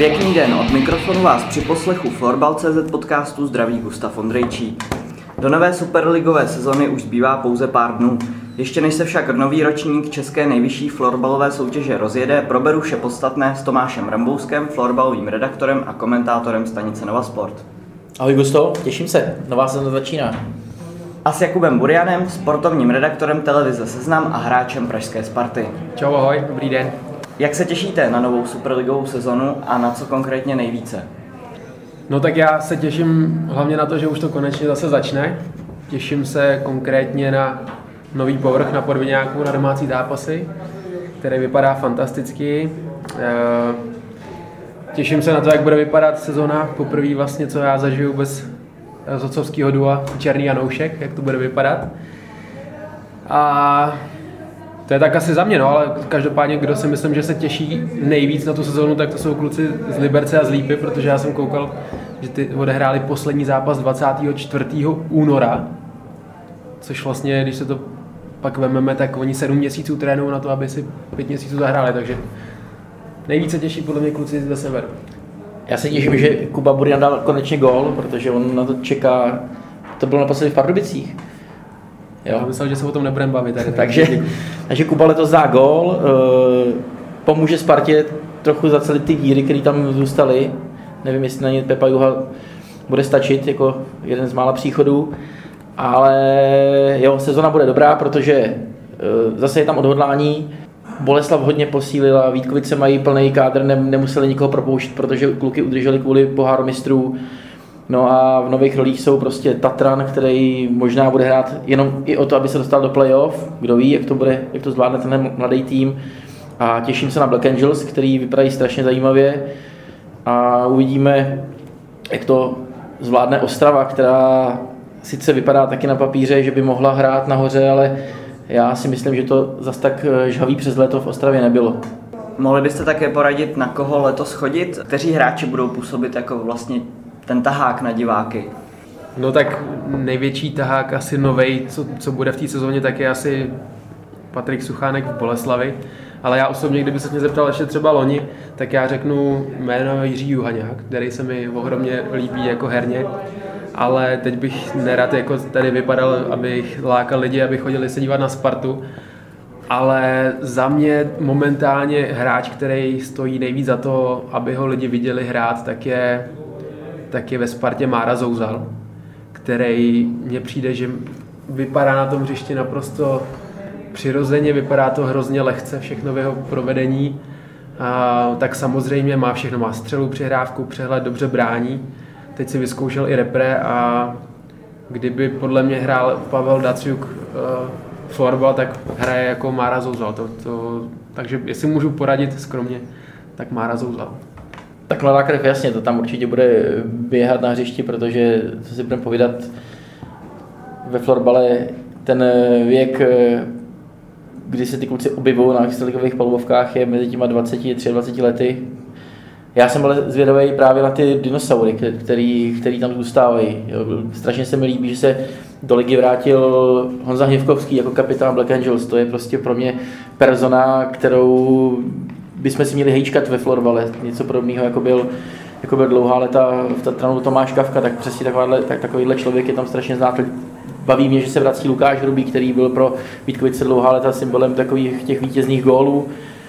Pěkný den, od mikrofonu vás při poslechu Florbal.cz podcastu zdraví Gustav Ondrejčík. Do nové superligové sezony už zbývá pouze pár dnů. Ještě než se však nový ročník české nejvyšší florbalové soutěže rozjede, proberu vše podstatné s Tomášem Rambouskem, florbalovým redaktorem a komentátorem stanice Nova Sport. Ahoj Gusto, těším se, nová sezona začíná. A s Jakubem Burianem, sportovním redaktorem televize Seznam a hráčem pražské Sparty. Čau, ahoj, dobrý den. Jak se těšíte na novou superligovou sezonu a na co konkrétně nejvíce? No tak já se těším hlavně na to, že už to konečně zase začne. Těším se konkrétně na nový povrch na Podviňáku, na domácí zápasy, který vypadá fantasticky. Těším se na to, jak bude vypadat sezona. Poprvé vlastně, co já zažiju bez zocovského dua Černý a Noušek, jak to bude vypadat. A to je tak asi za mě, no, ale každopádně, kdo si myslím, že se těší nejvíc na tu sezonu, tak to jsou kluci z Liberce a z Lípy, protože já jsem koukal, že ty odehráli poslední zápas 24. února, což vlastně, když se to pak vememe, tak oni 7 měsíců trénují na to, aby si 5 měsíců zahráli, takže nejvíce těší podle mě kluci ze severu. Já se těším, že Kuba Burian dal konečně gól, protože on na to čeká, to bylo naposledy v Pardubicích. Jo. Já myslel, že se o tom nebudeme bavit. Takže Kuba letos dá gól, pomůže Spartě trochu zacelit ty díry, které tam zůstaly. Nevím, jestli na ně Pepa Juha bude stačit jako jeden z mála příchodů, ale jo, sezona bude dobrá, protože zase je tam odhodlání. Boleslav hodně posílila, Vítkovice mají plný kádr, nemuseli nikoho propouštět, protože kluky udrželi kvůli poháru mistrů. No a v nových rolích jsou prostě Tatran, který možná bude hrát jenom i o to, aby se dostal do playoff. Kdo ví, jak to zvládne ten mladý tým. A těším se na Black Angels, který vypadají strašně zajímavě. A uvidíme, jak to zvládne Ostrava, která sice vypadá taky na papíře, že by mohla hrát nahoře, ale já si myslím, že to zas tak žhavý přes léto v Ostravě nebylo. Mohli byste také poradit, na koho letos chodit? Kteří hráči budou působit jako vlastně ten tahák na diváky? No tak největší tahák asi novej, co bude v té sezóně, tak je asi Patrik Suchánek v Boleslavi. Ale já osobně, kdyby se mě zeptal ještě třeba loni, tak já řeknu jméno Jiří Juhaňák, který se mi ohromně líbí jako herně. Ale teď bych nerad jako tady vypadal, abych lákal lidi, aby chodili se dívat na Spartu. Ale za mě momentálně hráč, který stojí nejvíc za to, aby ho lidi viděli hrát, tak je ve Spartě Mára Zouzal, který mně přijde, že vypadá na tom hřišti naprosto přirozeně, vypadá to hrozně lehce, všechno v jeho provedení. Tak samozřejmě má všechno, má střelu, přihrávku, přehled, dobře brání. Teď si vyzkoušel i repre a kdyby podle mě hrál Pavel Daciuk florbal, tak hraje jako Mára Zouzal. Takže jestli můžu poradit skromně, tak Mára Zouzal. Tak mladá krev, jasně, to tam určitě bude běhat na hřišti, protože, co si budeme povídat, ve florbale ten věk, kdy se ty kluci objevují na extraligových palubovkách, je mezi těma 20 a 23 lety. Já jsem byl zvědavý právě na ty dinosaury, který tam zůstávají. Strašně se mi líbí, že se do ligy vrátil Honza Hněvkovský jako kapitán Black Angels. To je prostě pro mě persona, kterou bychom si měli hejčkat ve florbale. Něco podobného, jako byl dlouhá léta v Tatranu Tomáš Kavka, tak přesně takovýhle člověk je tam strašně znát. Baví mě, že se vrací Lukáš Hrubý, který byl pro Vítkovice dlouhá léta symbolem takových těch vítězných gólů.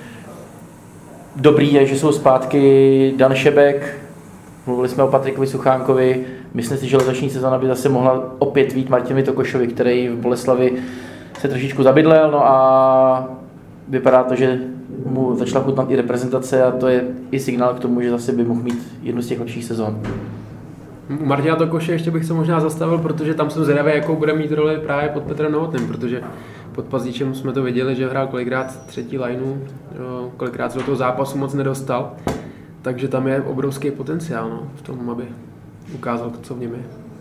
Dobrý je, že jsou zpátky Dan Šebek, mluvili jsme o Patrikovi Suchánkovi, myslím si, že letošní sezona by zase mohla opět vít Martinovi Tokošovi, který v Boleslavi se trošičku zabydlel, no a vypadá to, že mu začala chutnat i reprezentace a to je i signál k tomu, že zase by mohl mít jednu z těch lepších sezon. U Martina Tokoše ještě bych se možná zastavil, protože tam jsem zvědavý, jakou bude mít roli právě pod Petrem Novotným, protože pod Pazíčem jsme to viděli, že hrál kolikrát třetí lineu, kolikrát se do toho zápasu moc nedostal, takže tam je obrovský potenciál v tom, aby ukázal, co v něm je.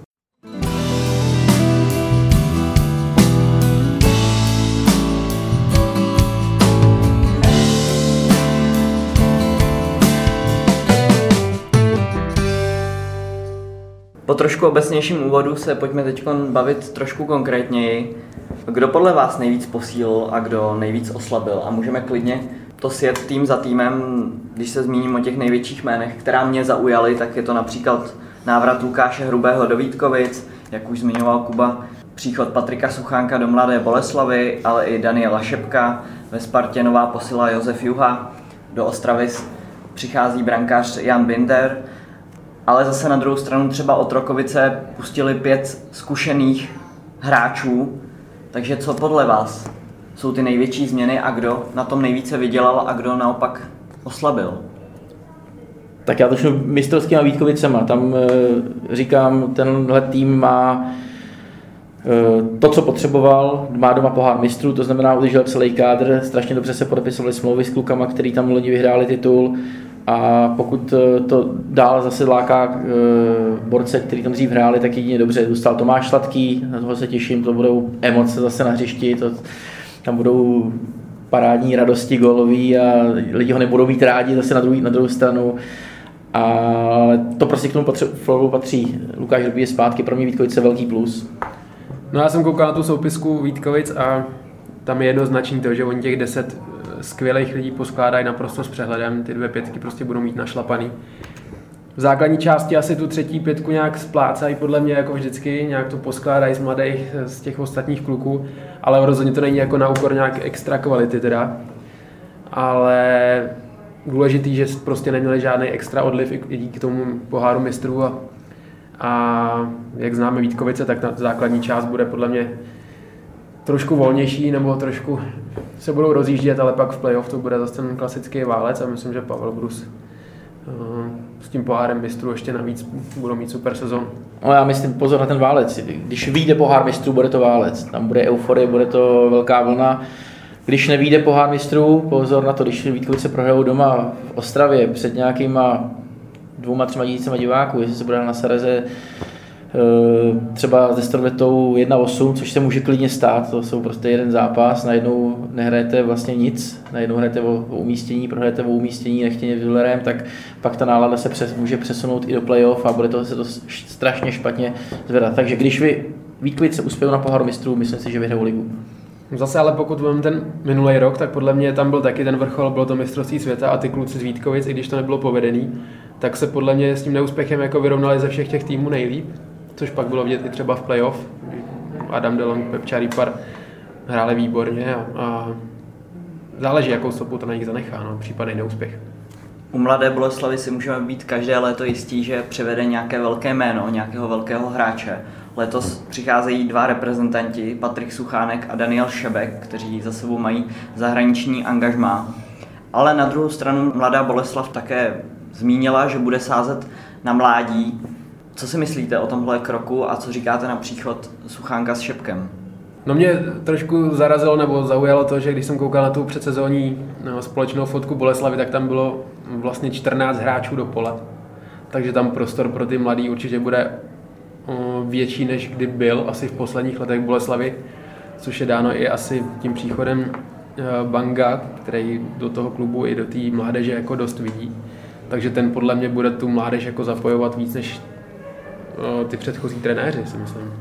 Po trošku obecnějším úvodu se pojďme teď bavit trošku konkrétněji. Kdo podle vás nejvíc posílil a kdo nejvíc oslabil? A můžeme klidně to sjet tým za týmem, když se zmíním o těch největších jménech, která mě zaujaly, tak je to například návrat Lukáše Hrubého do Vítkovic, jak už zmiňoval Kuba, příchod Patrika Suchánka do Mladé Boleslavi, ale i Daniela Šebka, ve Spartě nová posila Josef Juha, do Ostravy přichází brankář Jan Binder, ale zase na druhou stranu třeba Otrokovice pustili 5 zkušených hráčů, takže co podle vás jsou ty největší změny a kdo na tom nejvíce vydělal a kdo naopak oslabil? Tak já začnu mistrovskýma Vítkovicema. Tam říkám, tenhle tým má to, co potřeboval, má doma pohár mistrů, to znamená udržel celý kádr, strašně dobře se podepisovali smlouvy s klukama, který tam loni vyhráli titul a pokud to dál zase láká borce, který tam dřív hráli, tak jedině dobře. Dostal Tomáš Sladký, na toho se těším, to budou emoce zase na hřišti, tam budou parádní radosti gólový a lidi ho nebudou mít rádi zase na druhou stranu. A to prostě k tomu floru patří. Lukáš Hrubý je zpátky, pro mě Vítkovice velký plus. No já jsem koukal na tu soupisku Vítkovic a tam je jednoznačný to, že oni těch 10 skvělých lidí poskládají naprosto s přehledem, ty 2 pětky prostě budou mít našlapaný. V základní části asi tu 3. pětku nějak splácají podle mě jako vždycky, nějak to poskládají z mladých, z těch ostatních kluků, ale rozhodně to není jako na úkor nějak extra kvality teda. Ale důležitý, že prostě neměli žádný extra odliv i díky tomu poháru mistrů a jak známe Vítkovice, tak ta základní část bude podle mě trošku volnější nebo trošku se budou rozjíždět, ale pak v playoff to bude zase ten klasický válec a myslím, že Pavel Brus s tím pohárem mistrů ještě navíc budou mít super sezon. No já myslím, pozor na ten válec. Když vyjde pohár mistrů, bude to válec. Tam bude euforie, bude to velká vlna. Když nevyjde pohár mistrů, pozor na to, když Vítkovice prohrajou doma v Ostravě před nějakýma 2-3 tisícima diváků, jestli se bude na Sareze třeba ze Storvetou 1-8, což se může klidně stát, to jsou prostě jeden zápas, najednou nehrajete vlastně nic, najednou hrajete o umístění, prohrajete o umístění nechtěně Villerem, tak pak ta nálada se může přesunout i do playoff a bude se to strašně špatně zvedat. Takže když Vítkovice uspějí na poháru mistrů, myslím si, že vyhrajou ligu. Zase ale pokud vem ten minulý rok, tak podle mě tam byl taky ten vrchol, bylo to mistrovství světa a ty kluci z Vítkovic, i když to nebylo povedený, tak se podle mě s tím neúspěchem jako vyrovnali ze všech těch týmů nejlíp, což pak bylo vidět i třeba v playoff. Adam Delon, Pepča Rýpar hráli výborně a záleží, jakou stopu to na nich zanechá, no, případný neúspěch. U Mladé Boleslavy si můžeme být každé léto jistí, že převede nějaké velké jméno, nějakého velkého hráče. Letos přicházejí 2 reprezentanti, Patrik Suchánek a Daniel Šebek, kteří za sebou mají zahraniční angažmá. Ale na druhou stranu Mladá Boleslav také zmínila, že bude sázet na mládí. Co si myslíte o tomhle kroku a co říkáte na příchod Suchánka s Šebkem? No mě trošku zarazilo nebo zaujalo to, že když jsem koukal na tu předsezónní společnou fotku Boleslavy, tak tam bylo vlastně 14 hráčů do pole. Takže tam prostor pro ty mladý určitě bude větší, než kdy byl asi v posledních letech Boleslavy, což je dáno i asi tím příchodem Banga, který do toho klubu i do té mládeže jako dost vidí. Takže ten podle mě bude tu mládež jako zapojovat víc než ty předchozí trenéři, si myslím.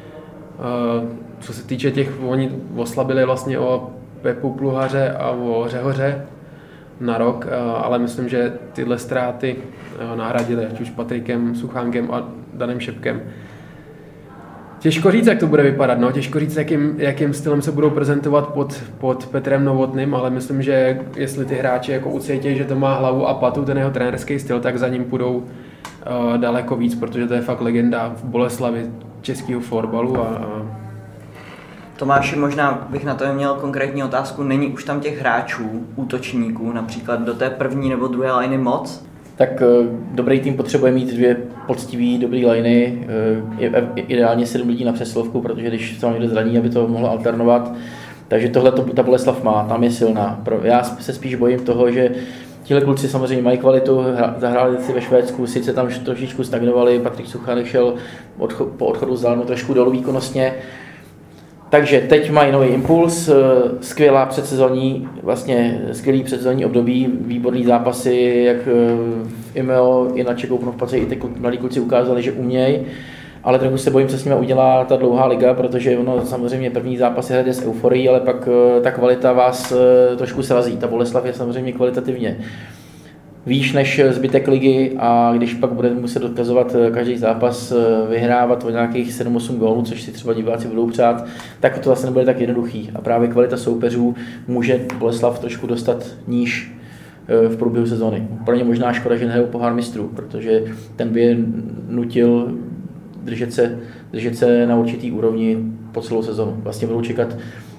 Co se týče těch, oni oslabili vlastně o Pepu Pluhaře a o Řehoře na rok, ale myslím, že tyhle ztráty nahradili ať už Patrikem Suchánkem a Danem Šebkem. Těžko říct, jak to bude vypadat, no. Těžko říct, jakým stylem se budou prezentovat pod Petrem Novotným, ale myslím, že jestli ty hráči jako ucítějí, že to má hlavu a patu, ten jeho trenérský styl, tak za ním půjdou daleko víc, protože to je fakt legenda v Boleslavi českého florbalu Tomáši, možná bych na to měl konkrétní otázku. Není už tam těch hráčů, útočníků, například do té první nebo druhé liny moc? Tak dobrý tým potřebuje mít 2 poctivý, dobrý liny, ideálně 7 lidí na přesilovku, protože když se vám někdo zraní, aby to mohlo alternovat. Takže tohle ta Boleslav má, tam je silná. Já se spíš bojím toho, že tihle kluci samozřejmě mají kvalitu, zahráli si ve Švédsku, sice tam trošičku stagnovali, Patrik Suchánek šel po odchodu z Dálnu trošku dolů výkonnostně. Takže teď mají nový impuls, skvělý předsezonní období, výborný zápasy, jak v IMEO i na Czech Open v podstatě i ty mladí kluci ukázali, že umějí. ale trochu se bojím, co s nimi udělá ta dlouhá liga, protože ono samozřejmě první zápas je hrát s euforií, ale pak ta kvalita vás trošku srazí. Ta Boleslav je samozřejmě kvalitativně výš než zbytek ligy a když pak bude muset dokazovat každý zápas vyhrávat o nějakých 7-8 gólů, což si třeba diváci budou přát, tak to zase nebude tak jednoduchý. A právě kvalita soupeřů může Boleslav trošku dostat níž v průběhu sezóny. Pro ně možná škoda, že nehrajou pohár mistrů, protože ten by je nutil držet se na určitý úrovni po celou sezonu. Vlastně budou čekat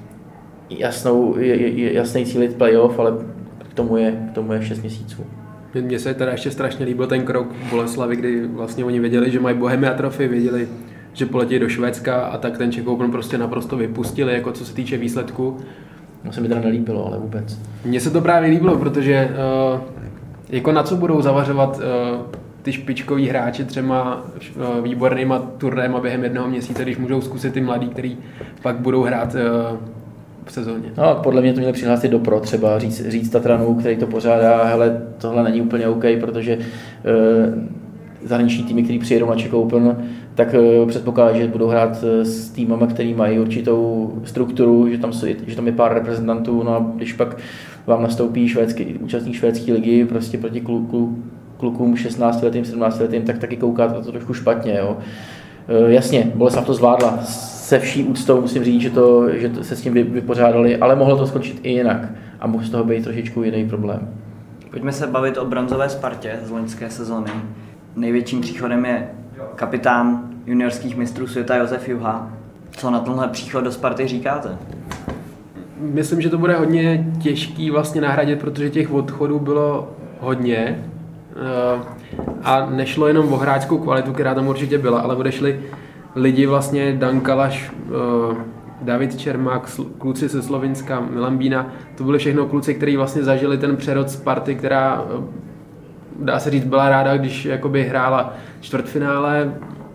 jasný cílit playoff, ale k tomu je 6 měsíců. Mně se teda ještě strašně líbil ten krok Boleslavy, kdy vlastně oni věděli, že mají Bohemia Trophy, věděli, že poletí do Švédska a tak ten Czech Open prostě naprosto vypustili, jako co se týče výsledku. No se mi teda nelíbilo, ale vůbec. Mně se to právě líbilo, protože jako na co budou zavařovat ty špičkoví hráči 3 výbornýma turnéma během 1 měsíce, když můžou zkusit ty mladí, který pak budou hrát v sezóně. No, podle mě to měli přihlásit do pro, třeba říct Tatranu, který to pořádá, hele, tohle není úplně OK, protože zahraniční týmy, který přijedou na Czech Open, tak předpokládá, že budou hrát s týmama, který mají určitou strukturu, že tam je pár reprezentantů, no a když pak vám nastoupí účastník švédské ligy prostě proti klukům 16 letým, 17 letým, tak taky koukáte na to trošku špatně. Jo. Jasně, Boleslav to zvládla. Se vší úctou musím říct, že se s tím vypořádali, ale mohlo to skončit i jinak. A mohl z toho být trošičku jiný problém. Pojďme se bavit o bronzové Spartě z loňské sezóny. Největším příchodem je kapitán juniorských mistrů světa Josef Juha. Co na tenhle příchod do Sparty říkáte? Myslím, že to bude hodně těžký vlastně nahradit, protože těch odchodů bylo hodně. A nešlo jenom o hráčskou kvalitu, která tam určitě byla, ale odešli lidi vlastně Dan Kalaš, David Čermák, kluci ze Slovinska, Milan Bína, to byly všechno kluci, kteří vlastně zažili ten přerod Sparty, která, dá se říct, byla ráda, když jakoby hrála čtvrtfinále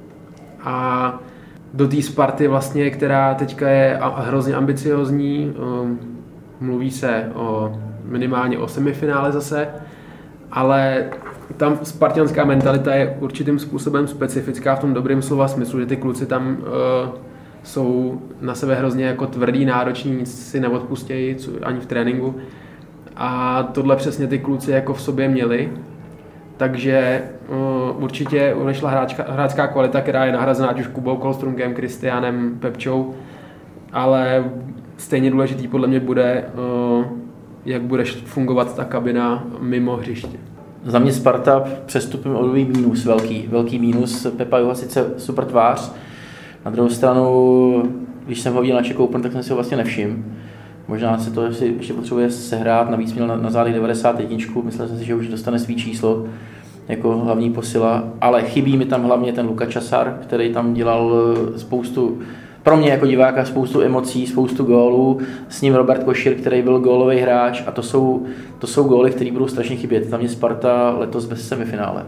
a do té Sparty vlastně, která teďka je hrozně ambiciozní, mluví se minimálně o semifinále zase, ale tam spartianská mentalita je určitým způsobem specifická v tom dobrém slova smyslu, že ty kluci tam jsou na sebe hrozně jako tvrdý, nároční, nic si neodpustějí ani v tréninku. A tohle přesně ty kluci jako v sobě měli. Takže určitě odešla hráčská kvalita, která je nahrazená ať už Kubou Kolstrumkem, Kristiánem, Pepčou, ale stejně důležitý podle mě bude, jak bude fungovat ta kabina mimo hřiště. Za mě Sparta přestupem odový mínus, velký mínus. Pepa Juha sice super tvář, na druhou stranu, když jsem ho viděl na Czech Open, tak jsem si ho vlastně nevšiml. Možná se to ještě potřebuje sehrát, navíc měl na zádech 91, myslel jsem si, že už dostane svý číslo jako hlavní posila, ale chybí mi tam hlavně ten Luka Časar, který tam dělal spoustu, pro mě jako diváka spoustu emocí, spoustu gólů, s ním Robert Košír, který byl gólový hráč a to jsou góly, které budou strašně chybět. Tam je Sparta letos bez semifinále.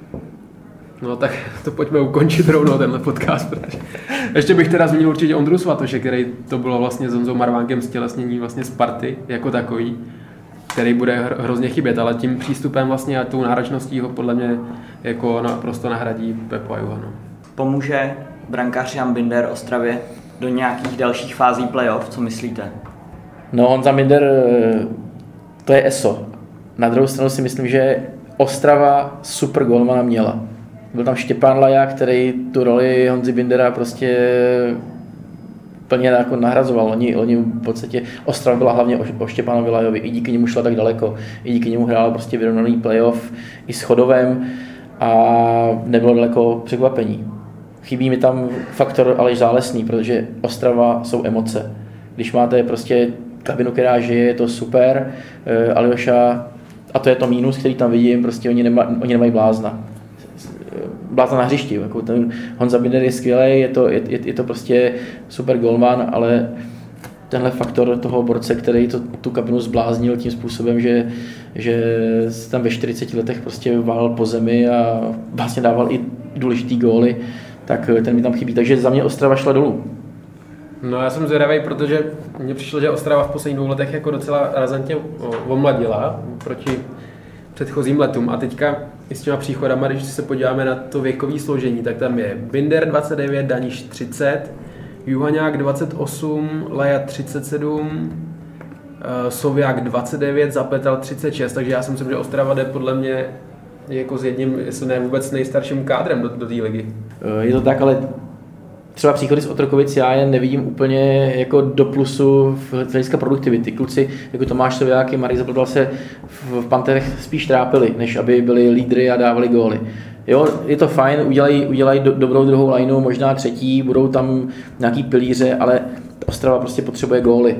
No tak to pojďme ukončit rovnou tenhle podcast. Ještě bych teda zmínil určitě Ondru Svatoše, který to bylo vlastně s Honzou Marvánkem stělesnění vlastně Sparty jako takový, který bude hrozně chybět, ale tím přístupem vlastně a tou náročností ho podle mě jako naprosto nahradí Pepa Juha. No. Pomůže brankář Jan Binder Ostravě do nějakých dalších fází playoff, co myslíte? No Honza Binder, to je ESO. Na druhou stranu si myslím, že Ostrava super golmana měla. Byl tam Štěpán Laja, který tu roli Honzy Bindera prostě plně jako nahrazoval. Oni v podstatě Ostrava byla hlavně o Štěpánovi Lajovi. I díky němu šla tak daleko. I díky němu hrála prostě vyrovnaný playoff i s Chodovem a nebylo daleko překvapení. Chybí mi tam faktor Aleš Zálesný, protože Ostrava jsou emoce. Když máte prostě kabinu, která žije, je to super. Aljoša, a to je to mínus, který tam vidím, prostě oni nemají blázna na hřišti. Jako ten Honza Binder je skvělý, je to prostě super golman, ale tenhle faktor toho borce, který tu kabinu zbláznil tím způsobem, že tam ve 40 letech prostě válel po zemi a vlastně dával i důležitý góly, tak ten mi tam chybí. Takže za mě Ostrava šla dolů. No já jsem zvědavý, protože mně přišlo, že Ostrava v posledních 2 letech jako docela razantně omladila proti předchozím letům a teďka i s těma příchodama, když se podíváme na to věkové složení, tak tam je Binder 29, Daniš 30, Juhaňák 28, Laja 37, Soviák 29, Zapletal 36, takže já si myslím, že Ostrava jde podle mě jako s jedním, jestli ne vůbec nejstarším kádrem do té ligy. Je to tak, ale třeba příchody z Otrokovic já je nevidím úplně jako do plusu v hlediska produktivity. Kluci jako Tomáš Soviák a Marek Zapletal se v Panterech spíš trápili, než aby byli lídry a dávali góly. Jo, je to fajn, udělají dobrou druhou lineu, možná třetí, budou tam nějaký pilíře, ale Ostrava prostě potřebuje góly.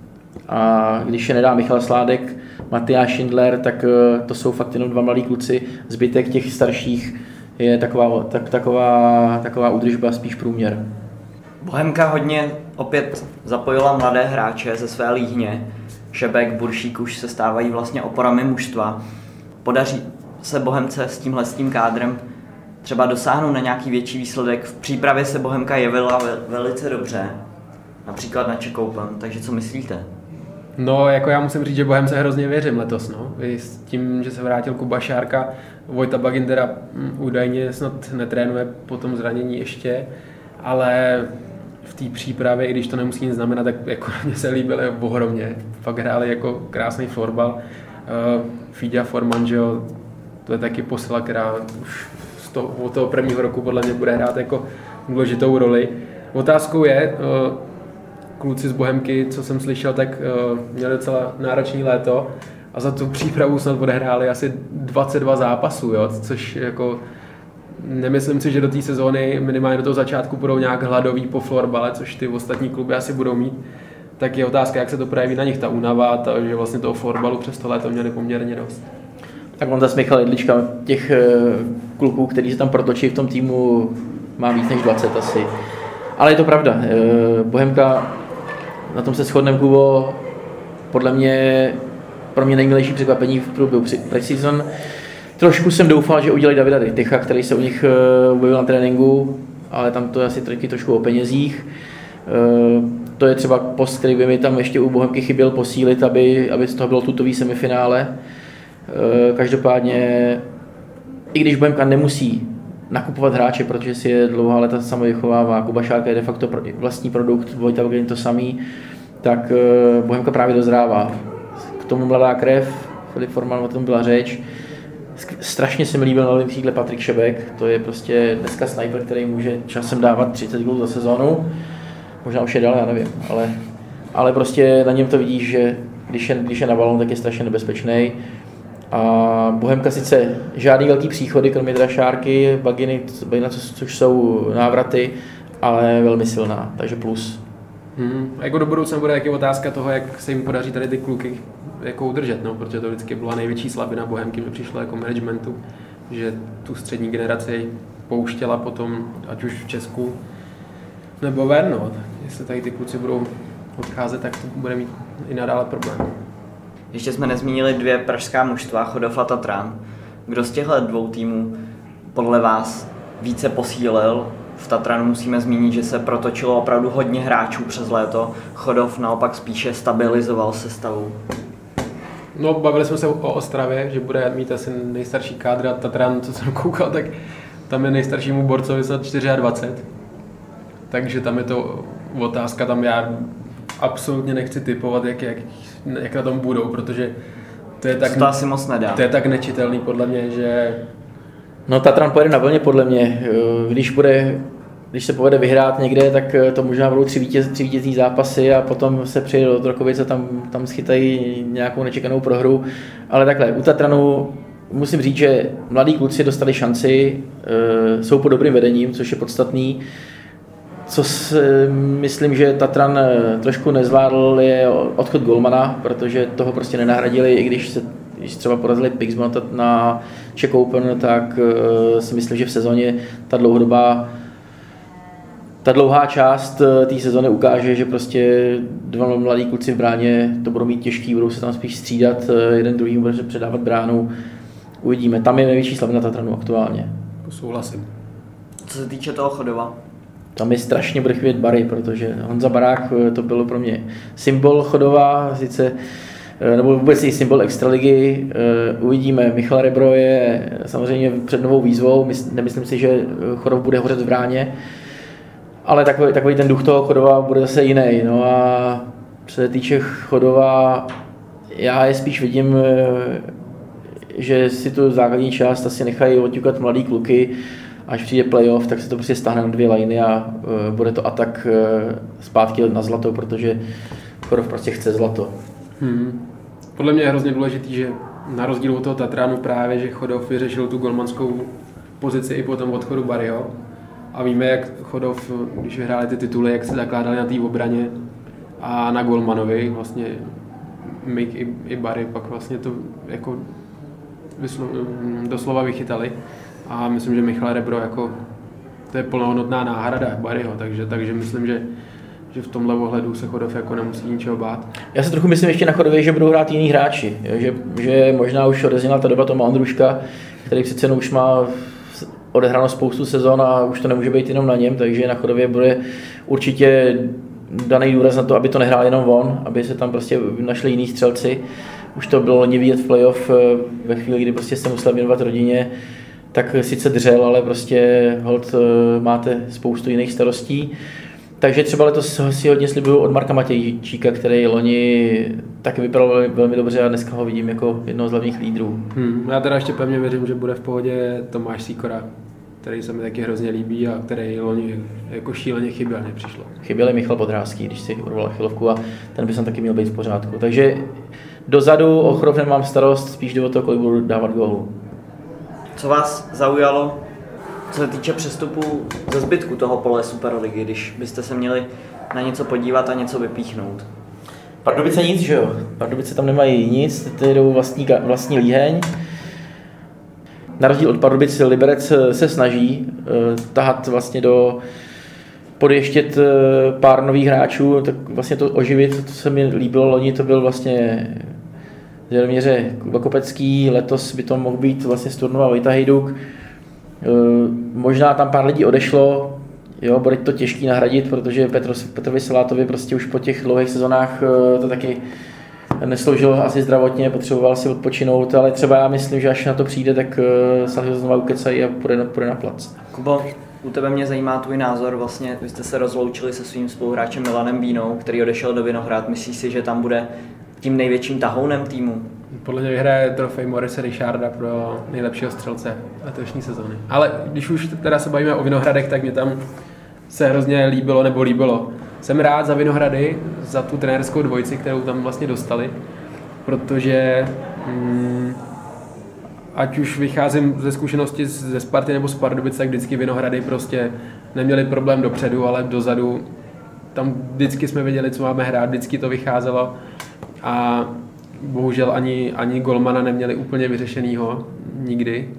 A když je nedá Michal Sládek, Matyáš Schindler, tak to jsou fakt jenom dva mladí kluci. Zbytek těch starších je taková údržba, spíš průměr. Bohemka hodně opět zapojila mladé hráče ze své líhně. Šebek, Buršík už se stávají vlastně oporami mužstva. Podaří se Bohemce s tímhle kádrem třeba dosáhnout na nějaký větší výsledek? V přípravě se Bohemka jevila velice dobře, například na Czech Open, takže co myslíte? No, jako já musím říct, že Bohemce hrozně věřím letos, no. I s tím, že se vrátil Kuba Šárka, Vojta Bagindera údajně snad netrénuje po tom zranění ještě, ale v té přípravě, i když to nemusí nic znamenat, tak jako mě se líbily ohromně. Fakt hráli jako krásný florbal. Fíďa Forman, že jo, to je taky posila, která už od toho prvního roku podle mě bude hrát jako důležitou roli. Otázkou je, kluci z Bohemky, co jsem slyšel, tak měli docela náročný léto a za tu přípravu snad odehráli asi 22 zápasů, jo? Což jako nemyslím si, že do té sezóny minimálně do toho začátku budou nějak hladoví po florbale, což ty ostatní kluby asi budou mít. Tak je otázka, jak se to projeví na nich, ta únava, že vlastně toho florbalu přes to léto měli poměrně dost. Tak on zase Michal Jedlička, těch kluků, kteří se tam protočí v tom týmu, má víc než 20 asi. Ale je to pravda, Bohemka, na tom se shodneme, Kubo, podle mě, pro mě nejmilejší překvapení v průběhu preseason. Trošku jsem doufal, že udělají Davida Ryticha, který se u nich objevil na tréninku, ale tam to je asi trošku o penězích. To je třeba post, který by mi tam ještě u Bohemky chyběl posílit, aby z toho bylo tutový semifinále. Každopádně, i když Bohemka nemusí nakupovat hráče, protože si je dlouhá léta sama vychovává, Kuba Šárka je de facto vlastní produkt, Vojta Bagin to samý, tak Bohemka právě dozrává. K tomu mladá krev, Filip Forman, o tom byla řeč. Strašně se mi líbil na levém křídle Patrik Šebek, to je prostě dneska sniper, který může časem dávat 30 gólů za sezónu. Možná už je dál, já nevím, ale prostě na něm to vidíš, že když je na balón, tak je strašně nebezpečný. A Bohemka sice žádný velký příchody, kromě teda Šárky, Baginy, což jsou návraty, ale velmi silná, takže plus. A jako do budoucna bude taky otázka toho, jak se jim podaří tady ty kluky jako udržet, no, protože to vždycky byla největší slabina Bohemky, mi přišlo jako managementu, že tu střední generaci pouštěla potom, ať už v Česku nebo ven, no, tak jestli tady ty kluci budou odcházet, tak to bude mít i nadále problém. Ještě jsme nezmínili dvě pražská mužstva, Chodov a Tatran. Kdo z těchto dvou týmů podle vás více posílil? V Tatranu musíme zmínit, že se protočilo opravdu hodně hráčů přes léto. Chodov naopak spíše stabilizoval sestavu. No, bavili jsme se o Ostravě, že bude mít asi nejstarší kádr a Tatran, co jsem koukal, tak tam je nejstaršímu borcovi snad 24. Takže tam je to otázka, tam já absolutně nechci tipovat, jak na tom budou, protože to je tak, to asi moc nedá. To je tak nečitelný podle mě, že... No Tatran pojede na vlně podle mě, když se povede vyhrát někde, tak to možná budou tři vítězní zápasy a potom se přijde do Otrokovic a tam schytají nějakou nečekanou prohru. Ale takhle, u Tatranu musím říct, že mladí kluci dostali šanci, jsou pod dobrým vedením, což je podstatný. Co myslím, že Tatran trošku nezvládl, je odchod golmana, protože toho prostě nenahradili, i když třeba porazili Pixmont na Czech Open, tak si myslím, že v sezóně ta dlouhá část té sezóny ukáže, že prostě dva mladí kluci v bráně to budou mít těžký, budou se tam spíš střídat, jeden druhý bude předávat bránu. Uvidíme, tam je největší slabina Tatranu aktuálně. Souhlasím. Co se týče toho Chodova? Tam je strašně bude chvět Bary, protože Honza Barák to bylo pro mě symbol Chodova, sice nebo vůbec i symbol extraligy. Uvidíme, Michal Rebro je samozřejmě před novou výzvou, nemyslím si, že Chodov bude hořet v bráně, ale takový ten duch toho Chodova bude zase jiný. No a co se týče Chodova, já je spíš vidím, že si tu základní část asi nechají odťukat mladý kluky, až přijde playoff, tak se to prostě stáhne na 2 liny a bude to atak zpátky na zlato, protože Chodov prostě chce zlato. Podle mě je hrozně důležitý, že na rozdíl od toho Tatránu právě, že Chodov vyřešil tu golmanskou pozici i po tom odchodu Barryho. A víme, jak Chodov, když vyhráli ty tituly, jak se zakládali na té obraně a na golmanovi, vlastně Mick i Barry pak vlastně to jako doslova vychytali. A myslím, že Michal Rebro jako to je plnohodnotná náhrada Barryho, takže myslím, že v tomhle ohledu se Chodov jako nemusí ničeho bát. Já se trochu myslím ještě na Chodově, že budou hrát jiní hráči, že možná už odezněla ta doba Toma Ondruška, který přece jen už má odehráno spoustu sezon a už to nemůže být jenom na něm, takže na Chodově bude určitě daný důraz na to, aby to nehrál jenom on, aby se tam prostě našli jiní střelci. Už to bylo loni vidět v playoff ve chvíli, kdy prostě se musel věnovat rodině, tak sice dřel, ale prostě holt máte spoustu jiných starostí. Takže třeba letos si hodně slibuju od Marka Matějčíka, který loni taky vypadal velmi dobře a dneska ho vidím jako jednoho z hlavních lídrů. Já teda ještě pevně věřím, že bude v pohodě Tomáš Sýkora, který se mi taky hrozně líbí a který loni jako šíleně chyběl, mně přišlo. Chyběl je Michal Podrázký, když si urval achilovku a ten by sem taky měl být v pořádku. Takže dozadu o Chodov nemám starost, spíš jde o to, kolik budu dávat gólů. Co vás zaujalo, co se týče přestupu ze zbytku toho pole Superligy, když byste se měli na něco podívat a něco vypíchnout? Pardubice nic, že jo? Pardubice tam nemají nic, ty jdou vlastní líheň. Na rozdíl od Pardubic Liberec se snaží tahat vlastně podještět pár nových hráčů, tak vlastně to oživit, to se mi líbilo loni, to byl vlastně v Jeroměře Kuba Kopecký, letos by to mohl být vlastně z Turnova Vojta Hejduk. Možná tam pár lidí odešlo, jo, bude to těžký nahradit, protože Petrovi Salátovi prostě už po těch dlouhých sezonách to taky nesloužilo asi zdravotně, potřeboval si odpočinout, ale třeba já myslím, že až na to přijde, tak se ho znovu ukecají a půjde na plac. Kubo, u tebe mě zajímá tvůj názor, vlastně vy jste se rozloučili se svým spoluhráčem Milanem Bínou, který odešel do Vinohrad, myslíš si, že tam bude tím největším tahounem týmu? Podle mě vyhraje trofej Maurice Richarda pro nejlepšího střelce letošní sezóny. Ale když už teda se bavíme o Vinohradech, tak mě tam se hrozně líbilo. Jsem rád za Vinohrady, za tu trenérskou dvojici, kterou tam vlastně dostali, protože ať už vycházím ze zkušenosti ze Sparty nebo z Pardubic, tak vždycky Vinohrady prostě neměli problém dopředu, ale dozadu. Tam vždycky jsme věděli, co máme hrát, vždycky to vycházelo a bohužel ani golmana neměli úplně vyřešenýho nikdy.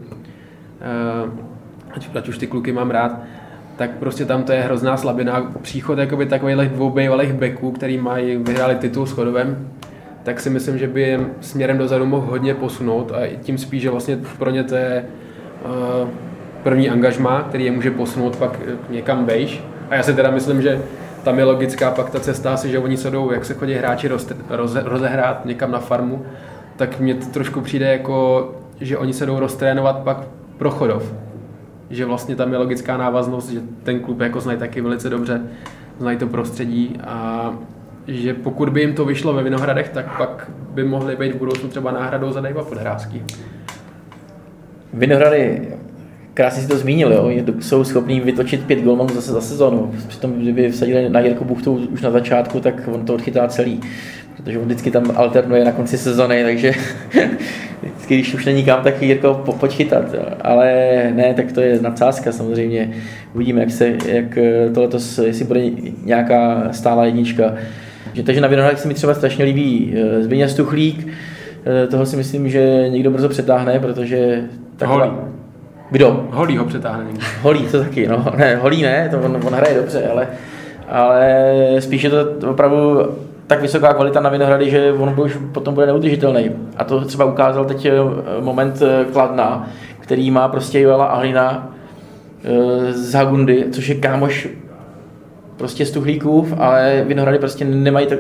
Ať už ty kluky mám rád, tak prostě tam to je hrozná slabina. Příchod jakoby takových dvou bývalých backů, který vyhráli titul s Chodovem, tak si myslím, že by je směrem dozadu mohl hodně posunout a tím spíš, že vlastně pro ně to je první angažmá, který je může posunout pak někam vejš. A já si teda myslím, že tam je logická pak ta cesta asi, že oni se jdou, jak se chodí hráči rozehrát někam na farmu, tak mně to trošku přijde jako, že oni se jdou roztrénovat pak pro Chodov. Že vlastně tam je logická návaznost, že ten klub jako znají taky velice dobře, znají to prostředí a že pokud by jim to vyšlo ve Vinohradech, tak pak by mohli být v budoucnu třeba náhradou za Dejva Podhrázký. Vinohrady, krásně si to zmínil, jo? Jsou schopní vytočit 5 golmanů zase za sezonu. Přitom, kdyby vsadili na Jirku Buchtu už na začátku, tak on to odchytá celý. Protože on vždycky tam alternuje na konci sezony, takže vždycky, když už není kam, tak Jirko pojď chytat. Ale ne, tak to je nadsázka samozřejmě. Uvidíme, jak to letos, jestli bude nějaká stálá jednička. Takže na Vinohradech se mi třeba strašně líbí Zbyněk Stuchlík. Toho si myslím, že někdo brzo přetáhne, protože... Holý. Kdo? Holý ho přetáhne někdo. Holý, to taky, no. Ne, Holý ne, to on hraje dobře, ale spíš je to opravdu tak vysoká kvalita na Vinohrady, že on už potom bude neudržitelný. A to třeba ukázal teď moment Kladna, který má prostě Joela Ahlina z Hagundy, což je kámoš prostě Stuchlíkův, ale Vinohrady prostě nemají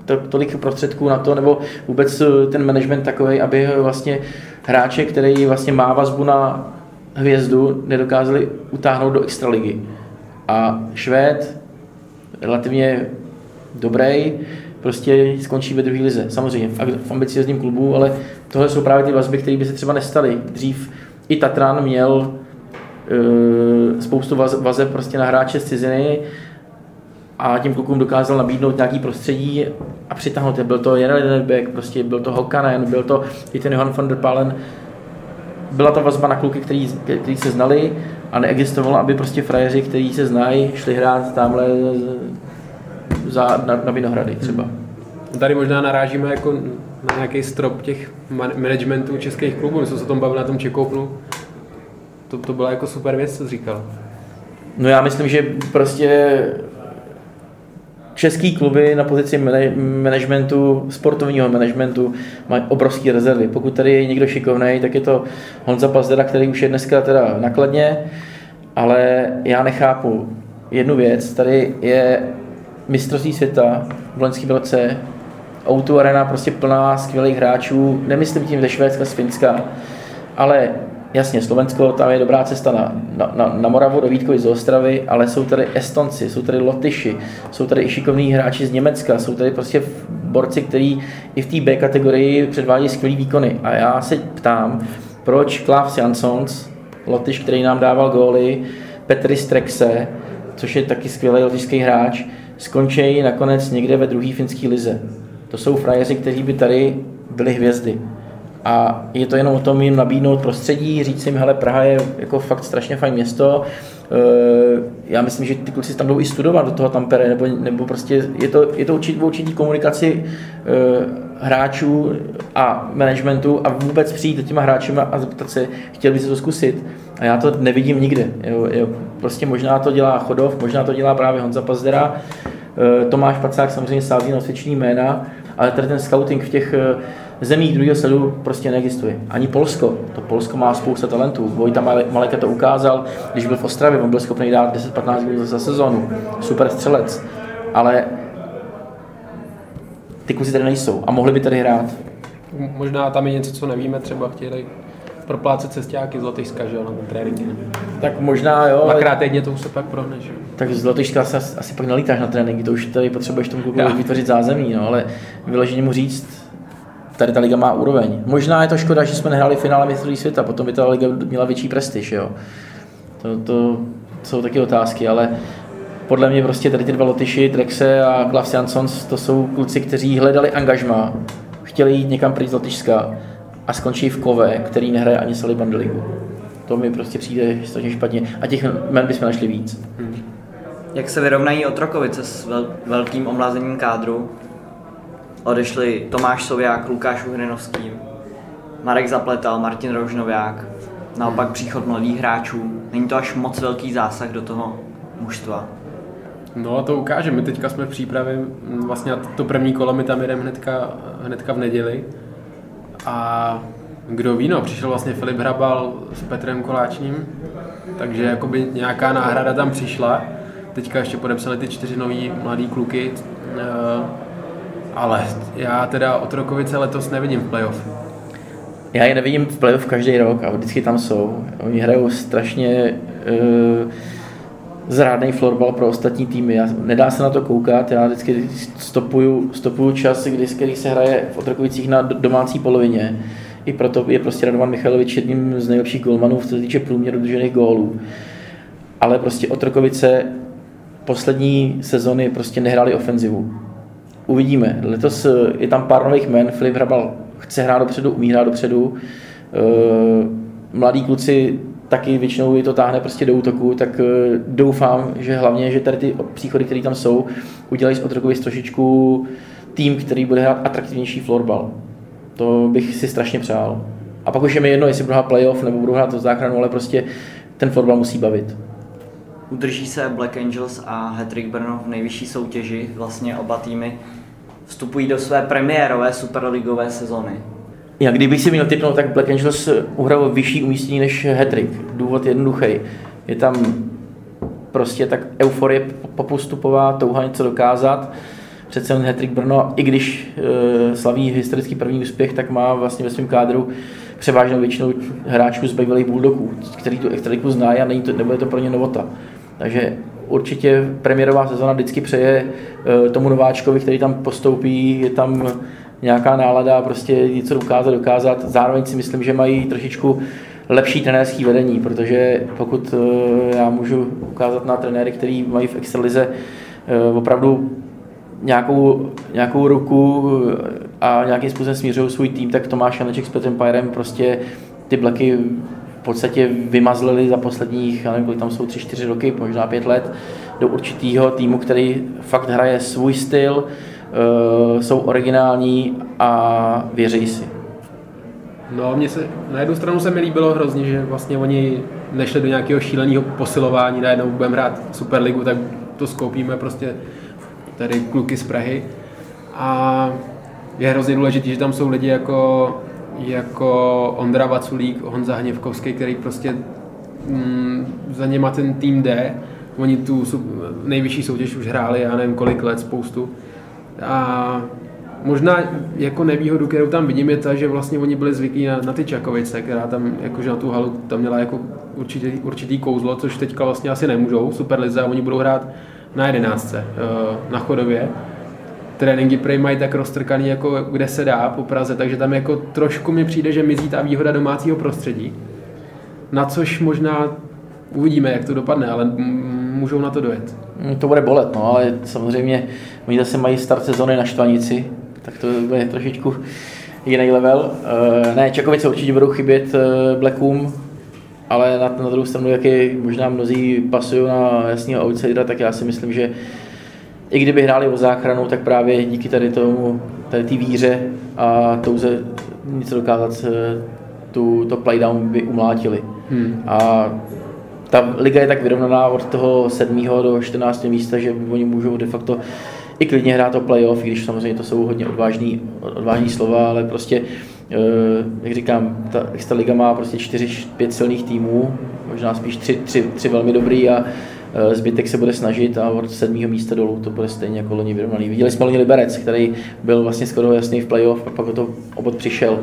tolik prostředků na to, nebo vůbec ten management takový, aby vlastně hráče, který vlastně má vazbu na hvězdu, nedokázali utáhnout do extraligy. A Švéd, relativně dobrý, prostě skončí ve druhé lize. Samozřejmě v ambiciozním klubu, ale tohle jsou právě ty vazby, které by se třeba nestaly. Dřív i Tatran měl spoustu vazeb prostě na hráče z ciziny a tím klukům dokázal nabídnout nějaký prostředí a přitáhnout je. Byl to Jere Lidenbeck, prostě byl to Hokkanen, byl to i ten Johan van der Palen. Byla ta vazba na kluky, který se znali a neexistovalo, aby prostě frajeři, kteří se znají, šli hrát tamhle na Vinohrady třeba. Tady možná narážíme jako na nějaký strop těch managementů českých klubů. My jsme se o tom bavili na tom Čekoupnu. To byla jako super věc, co jsi říkal. No já myslím, že prostě český kluby na pozici managementu, sportovního managementu mají obrovské rezervy. Pokud tady je někdo šikovnej, tak je to Honza Pazdera, který už je dneska teda nakladně, ale já nechápu jednu věc. Tady je mistrovství světa v loňském roce, O2 Arena prostě plná skvělých hráčů, nemyslím tím ze Švédska, z Finska, ale jasně, Slovensko, tam je dobrá cesta na Moravu, do Vítkovic, z Ostravy, ale jsou tady Estonci, jsou tady Lotyši, jsou tady i šikovní hráči z Německa, jsou tady prostě borci, kteří i v té B kategorii předvádí skvělý výkony. A já se ptám, proč Klaus Janssons, Lotyš, který nám dával góly, Petri Strexe, což je taky skvělý lotyšský hráč, skončí nakonec někde ve druhé finské lize. To jsou frajeři, kteří by tady byli hvězdy. A je to jenom o tom jim nabídnout prostředí, říct jim, hele, Praha je jako fakt strašně fajn město. Já myslím, že ty kluci tam jdou i studovat do toho Tampere, nebo prostě je to určitý komunikaci hráčů a managementu a vůbec přijít těma hráčima a zeptat se, chtěl by se to zkusit. A já to nevidím nikde. Jo. Prostě možná to dělá Chodov, možná to dělá právě Honza Pazdera, Tomáš Pacák samozřejmě sází na osvědčený jména, ale tady ten scouting v těch zemích druhého sledu prostě neexistuje. Ani Polsko. To Polsko má spousta talentů. Vojta Maleka to ukázal, když byl v Ostravě, on byl schopný dát 10-15 gólů za sezónu. Super střelec. Ale ty kluci tady nejsou a mohli by tady hrát. Možná tam je něco, co nevíme, třeba chtěli proplácet cestáky z Lotyšska, že jo, na ten tréninky. Tak možná jo. Dvakrát týdně to už se pak prohneš. Jo. Tak z Lotyšska asi pak nelítáš na tréninky, to už tady potřebuješ tomu kluku vytvořit zázemí, no, ale vyloženě mu říct, tady ta liga má úroveň. Možná je to škoda, že jsme nehráli finále mistrovství světa, potom by ta liga měla větší prestiž, jo. To jsou taky otázky, ale podle mě prostě tady ty dva Lotyši, Trexe a Klaus Janssons, to jsou kluci, kteří hledali angažmá, chtěli jít někam pryč z Lotyšska a skončí v Kove, který nehraje ani Sally Bandeligu. To mi prostě přijde strašně špatně a těch men bychom našli víc. Jak se vyrovnají Otrokovice s velkým omlazením kádru? Odešli Tomáš Sověák, Lukáš Uhrinovský, Marek Zapletal, Martin Rožnoviák. Naopak příchod mladých hráčů. Není to až moc velký zásah do toho mužstva? No a to ukáže. My teďka jsme v přípravě, vlastně to první kolo my tam jdeme hnedka v neděli. A kdo ví, no, přišel vlastně Filip Hrabal s Petrem Koláčním, takže jakoby nějaká náhrada tam přišla. Teďka ještě podepsali ty 4 nový mladý kluky, ale já teda Otrokovice letos nevidím v playoff. Já je nevidím v playoff každý rok a vždycky tam jsou. Oni hrajou strašně zrádnej florbal pro ostatní týmy. Nedá se na to koukat, já vždycky stopuju čas, který se hraje v Otrokovicích na domácí polovině. I proto je prostě Radovan Michailovič jedním z nejlepších gólmanů, co se týče průměru držených gólů. Ale prostě Otrokovice poslední sezony prostě nehráli ofenzivu. Uvidíme. Letos je tam pár nových men, Filip Hrabal chce hrát dopředu, umí hrát dopředu. Mladí kluci taky většinou je to táhne prostě do útoku, tak doufám, že hlavně, že tady ty příchody, které tam jsou, udělají z Otrokovic trošičku tým, který bude hrát atraktivnější florbal. To bych si strašně přál. A pak už je mi jedno, jestli budu hrát playoff nebo budu hrát to záchranu, ale prostě ten florbal musí bavit. Udrží se Black Angels a Hattrick Brno v nejvyšší soutěži, vlastně oba týmy vstupují do své premiérové superligové sezony. Já kdybych si měl tipnout, tak Black Angels uhrál vyšší umístění než Hattrick. Důvod je jednoduchý. Je tam prostě tak euforie postupová, touha něco dokázat. přece jen hat-trick Brno, i když slaví historický první úspěch, tak má vlastně ve svém kádru převážnou většinou hráčů z bývalých Bulldogů, který tu extraligu znají a nebude to pro ně novota. Takže určitě premiérová sezona vždycky přeje tomu nováčkovi, který tam postoupí, je tam nějaká nálada, prostě něco dokázat. Zároveň si myslím, že mají trošičku lepší trenérský vedení, protože pokud já můžu ukázat na trenéry, kteří mají v extralize opravdu nějakou ruku a nějakým způsobem směřují svůj tým, tak Tomáš Janeček s Petrem Pajerem prostě ty Blacky v podstatě vymazlili za posledních, já nevím, kolik tam jsou 3-4 roky, možná 5 let, do určitýho týmu, který fakt hraje svůj styl, jsou originální a věří si. No, na jednu stranu se mi líbilo hrozně, že vlastně oni nešli do nějakého šíleného posilování, najednou budeme hrát Superligu, tak to skoupíme prostě tady kluky z Prahy. A je hrozně důležité, že tam jsou lidi jako Ondra Vaculík, Honza Hněvkovský, který prostě za něma ten tým jde. Oni tu nejvyšší soutěž už hráli, já nevím kolik let, spoustu. A možná jako nevýhodu, kterou tam vidím, je ta, že vlastně oni byli zvyklí na ty Čakovice, která tam, jakože na tu halu tam měla jako určitý kouzlo, což teďka vlastně asi nemůžou, Superlize, a oni budou hrát na 11. Na Chodově. Tréninky prej mají tak roztrkaný, jako kde se dá po Praze, takže tam jako trošku mi přijde, že mizí ta výhoda domácího prostředí. Na což možná uvidíme, jak to dopadne, ale můžou na to dojet. To bude bolet, no, ale samozřejmě oni zase mají start sezony na Štvanici, tak to bude trošičku jiný level. Ne, Čakovice určitě budou chybět Blackům, ale na druhou stranu, jak je možná mnozí pasují na jasného outsidera, tak já si myslím, že i kdyby hráli o záchranu, tak právě díky tady té víře a touze něco dokázat, to playdown by umlátili. A ta liga je tak vyrovnaná od toho 7. do 14. místa, že oni můžou de facto i klidně hrát o playoff, i když samozřejmě to jsou hodně odvážný slova, ale prostě, jak říkám, ta extraliga má prostě 4-5 silných týmů, možná spíš 3 velmi dobrý a zbytek se bude snažit a od 7. místa dolů to bude stejně jako loni vyrovnaný. Viděli jsme loni Liberec, který byl vlastně skoro jasný v playoff a pak o to obod přišel.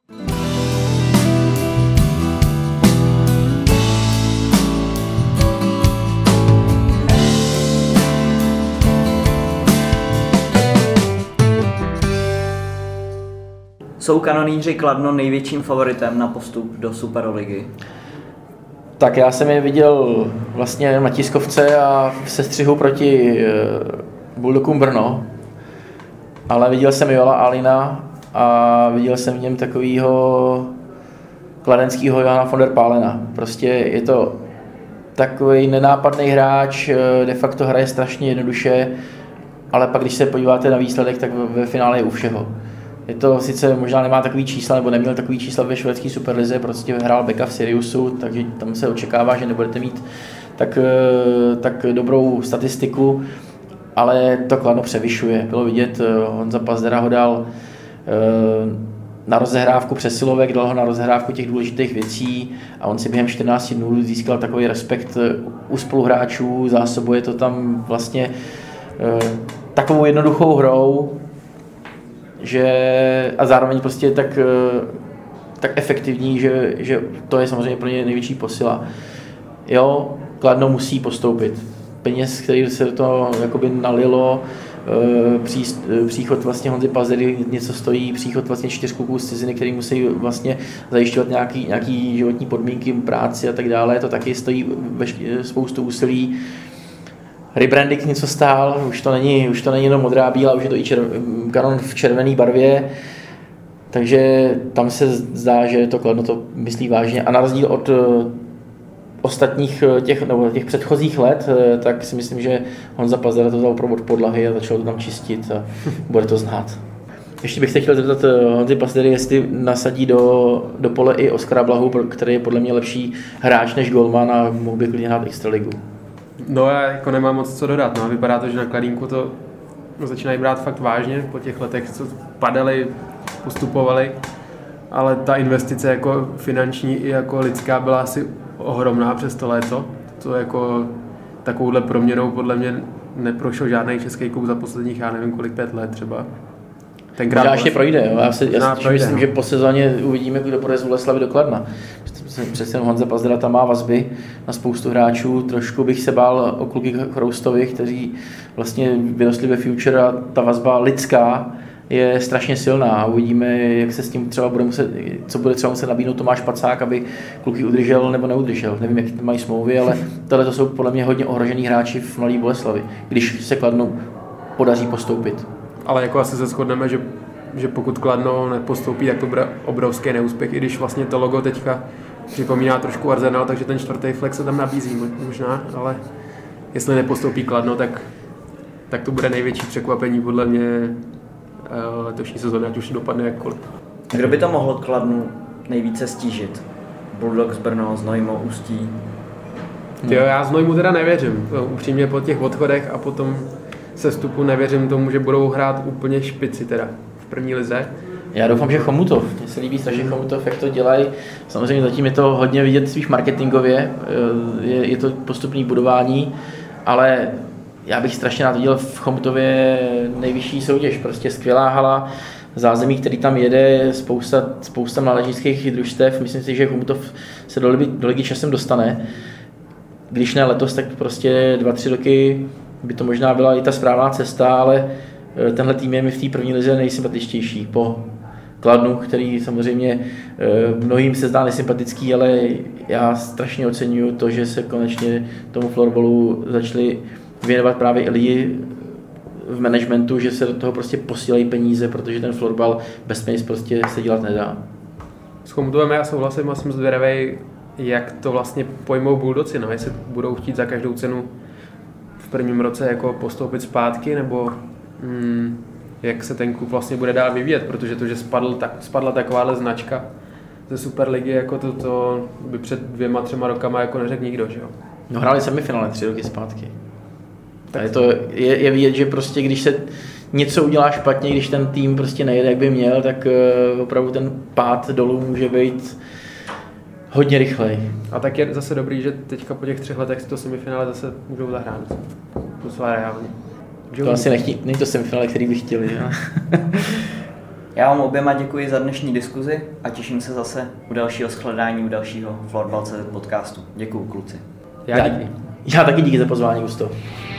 Jsou kanonýři Kladno největším favoritem na postup do Superligy? Tak já jsem je viděl vlastně na tiskovce a v sestřihu proti Bulldogům Brno, ale viděl jsem Joela Alina a viděl jsem v něm takového kladenského Johana von der Pálena. Prostě je to takový nenápadný hráč, de facto hraje strašně jednoduše, ale pak když se podíváte na výsledek, tak ve finále je u všeho. Je to sice možná nemá takový čísla, nebo neměl takový čísla ve švédské Superlize, prostě hrál backa v Siriusu, takže tam se očekává, že nebudete mít tak dobrou statistiku, ale to Kladno převyšuje. Bylo vidět, Honza Pazdera ho dal na rozehrávku přesilovek, dal ho na rozehrávku těch důležitých věcí a on si během 14 dnů získal takový respekt u spoluhráčů, zásobuje to tam vlastně takovou jednoduchou hrou, a zároveň prostě tak efektivní, že to je samozřejmě pro ně největší posila. Jo, Kladno musí postoupit. Peněz, který se to jakoby nalilo, příchod vlastně Honzy Pazdery něco stojí, příchod vlastně 4 kluků z ciziny, který musí vlastně zajišťovat nějaký životní podmínky, práci a tak dále, to taky stojí spoustu úsilí. Rebranding něco stál, už to není jenom modrá bílá, už je to i kanon v červené barvě, takže tam se zdá, že to Kladno to myslí vážně a na rozdíl od ostatních těch předchozích let, tak si myslím, že Honza Pazdera to vzal opravdu od podlahy a začal to tam čistit a bude to znát. Ještě bych se chtěl zeptat Honzy Pazdery, jestli nasadí do pole i Oskara Blahu, který je podle mě lepší hráč než golman a mohl by klidně hrát extraligu. No já jako nemám moc co dodat, no. Vypadá to, že na Kladínku to začínají brát fakt vážně po těch letech, co padali, postupovali, ale ta investice jako finanční i jako lidská byla asi ohromná přes to léto. To jako takovouhle proměnou podle mě neprošel žádný český klub za posledních, já nevím kolik, 5 let třeba. Možná ještě projde, jo. Já si myslím, no. že po sezóně uvidíme, kdo půjde z Boleslavy do Kladna. Přesně Honza Pazdra tam má vazby na spoustu hráčů. Trošku bych se bál o kluky Chroustovi, kteří vlastně vyrostli ve Future a ta vazba lidská je strašně silná. Uvidíme, jak se s tím třeba co bude třeba muset nabídnout Tomáš Pacák, aby kluky udržel nebo neudržel. Nevím, jak mají smlouvy, ale tohle to jsou podle mě hodně ohrožený hráči v Mladé Boleslavi, když se Kladnu podaří postoupit. Ale jako asi se shodneme, že pokud Kladno nepostoupí, tak to bude obrovský neúspěch, i když vlastně to logo teďka připomíná trošku Arsenal, takže ten čtvrtý flex se tam nabízí možná, ale jestli nepostoupí Kladno, tak to bude největší překvapení podle mě letošní sezóny, ať už dopadne jakkoliv. Kdo by to mohl Kladnu nejvíce stížit? Bulldogs Brno, Znojmo, Ústí? Jo, já Znojmu teda nevěřím. Upřímně po těch odchodech a potom sestupu nevěřím tomu, že budou hrát úplně špici teda v první lize. Já doufám, že Chomutov. Mně se líbí strašně Chomutov, jak to dělají. Samozřejmě zatím je to hodně vidět spíš marketingově, je to postupné budování, ale já bych strašně rád viděl v Chomutově nejvyšší soutěž. Prostě skvělá hala, zázemí, který tam jede, spousta mládežnických družstev. Myslím si, že Chomutov se do ligy časem dostane. Když ne letos, tak prostě 2-3 roky by to možná byla i ta správná cesta, ale tenhle tým je mi v té první lize nejsympatičtější po Kladnu, který samozřejmě mnohým se zdá nesympatický, ale já strašně oceňuju to, že se konečně tomu florbalu začali věnovat právě i lidi v managementu, že se do toho prostě posílají peníze, protože ten florbal bez peněz prostě se dělat nedá. S Chomutovem já souhlasím a jsem zvědavý, jak to vlastně pojmou Bulldoci, no, jestli budou chtít za každou cenu v prvním roce jako postoupit zpátky, nebo jak se ten klub vlastně bude dál vyvíjet, protože to, že spadla takováhle značka ze Superligy, jako to by před 2-3 rokama jako neřekl nikdo, že jo? No hráli semifinále 3 roky zpátky. Je vidět, že prostě když se něco udělá špatně, když ten tým prostě nejede, jak by měl, tak opravdu ten pád dolů může být hodně rychlej. A tak je zase dobrý, že teďka po těch 3 letech si to semifinále zase můžou zahrát. To svá reálně. To asi není to semifinále, který by chtěli. Já vám oběma děkuji za dnešní diskuzi a těším se zase u dalšího shledání, u dalšího Florbal.cz podcastu. Děkuju, kluci. Já díky. Já taky díky za pozvání, Gusto.